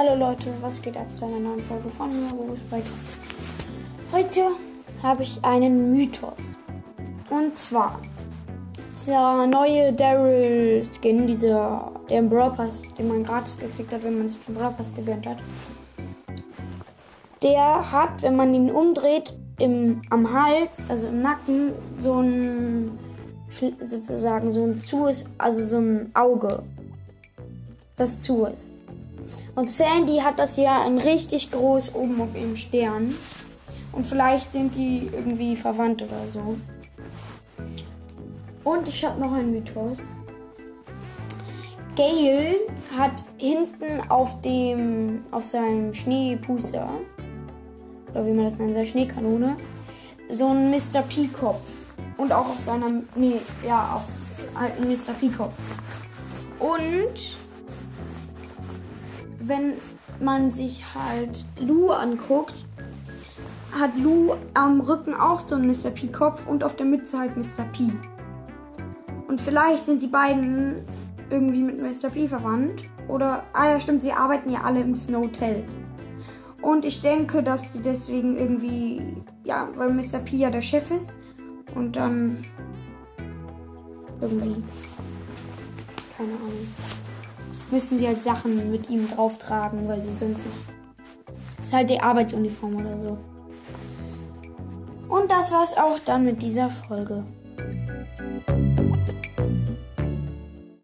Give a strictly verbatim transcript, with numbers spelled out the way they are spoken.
Hallo Leute, was geht ab zu einer neuen Folge von mir, Ruhesbreak. Heute habe ich einen Mythos. Und zwar dieser neue Daryl-Skin, dieser, der im Brawl Pass, den man gratis gekriegt hat, wenn man sich den Brawl Pass gegönnt hat. Der hat, wenn man ihn umdreht, im, am Hals, also im Nacken, so ein, sozusagen so ein zu ist, also so ein Auge, das zu ist. Und Sandy hat das ja ein richtig groß oben auf ihrem Stern. Und vielleicht sind die irgendwie verwandt oder so. Und ich habe noch einen Mythos. Gale hat hinten auf dem, auf seinem Schneepuster, oder wie man das nennt, seiner Schneekanone, so einen Mister P-Kopf. Und auch auf seiner, nee, ja, auf halt einen Mister P-Kopf. Und wenn man sich halt Lou anguckt, hat Lou am Rücken auch so einen Mister P-Kopf und auf der Mütze halt Mister P. Und vielleicht sind die beiden irgendwie mit Mister P verwandt. Oder, ah ja stimmt, sie arbeiten ja alle im Snowtel. Und ich denke, dass die deswegen irgendwie, ja, weil Mister P ja der Chef ist. Und dann irgendwie, keine Ahnung, müssen sie halt Sachen mit ihm drauf tragen, weil sie sonst nicht. Das ist halt die Arbeitsuniform oder so. Und das war's auch dann mit dieser Folge.